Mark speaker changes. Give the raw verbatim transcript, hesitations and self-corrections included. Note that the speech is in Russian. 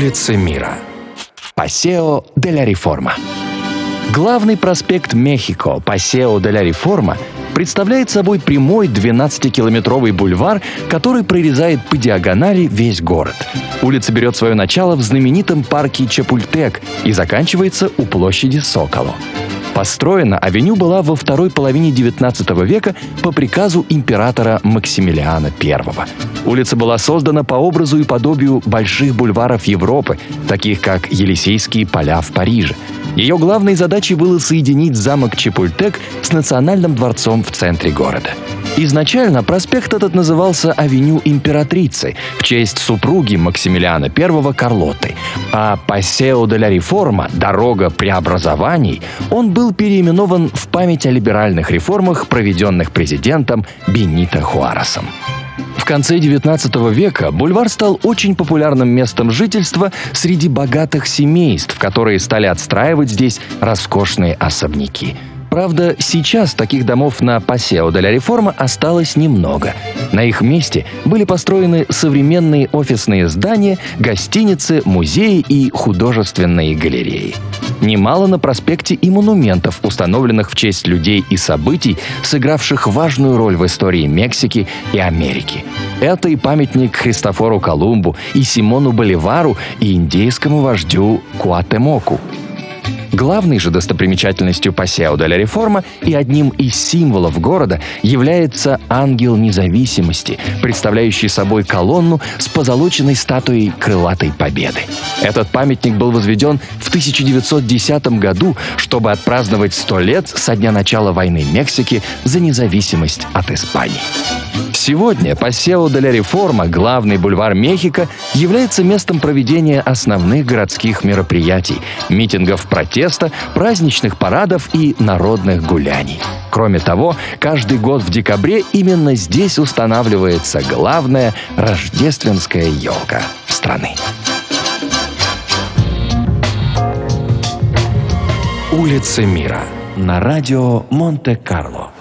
Speaker 1: Улицы мира. Пасео де ла Реформа. Главный проспект Мехико, Пасео де ла Реформа, представляет собой прямой двенадцатикилометровый бульвар, который прорезает по диагонали весь город. Улица берет свое начало в знаменитом парке Чапультек и заканчивается у площади Соколо. Построена авеню была во второй половине девятнадцатого века по приказу императора Максимилиана Первого. Улица была создана по образу и подобию больших бульваров Европы, таких как Елисейские поля в Париже. Ее главной задачей было соединить замок Чапультек с Национальным дворцом в центре города. Изначально проспект этот назывался Авеню Императрицы в честь супруги Максимилиана Первого Карлоты, а Пасео де ла Реформа – дорога преобразований, он был переименован в память о либеральных реформах, проведенных президентом Бенито Хуаресом. В конце девятнадцатого века бульвар стал очень популярным местом жительства среди богатых семейств, которые стали отстраивать здесь роскошные особняки. Правда, сейчас таких домов на Пасео де ла Реформа осталось немного. На их месте были построены современные офисные здания, гостиницы, музеи и художественные галереи. Немало на проспекте и монументов, установленных в честь людей и событий, сыгравших важную роль в истории Мексики и Америки. Это и памятник Христофору Колумбу, и Симону Боливару, и индейскому вождю Куатемоку. Главной же достопримечательностью Пасео де ла Реформа и одним из символов города является ангел независимости, представляющий собой колонну с позолоченной статуей крылатой победы. Этот памятник был возведен в тысяча девятьсот десятом году, чтобы отпраздновать сто лет со дня начала войны Мексики за независимость от Испании. Сегодня Пасео де ла Реформа, главный бульвар Мехико, является местом проведения основных городских мероприятий, митингов протеста, праздничных парадов и народных гуляний. Кроме того, каждый год в декабре именно здесь устанавливается главная рождественская елка страны. Улицы мира на радио Монте-Карло.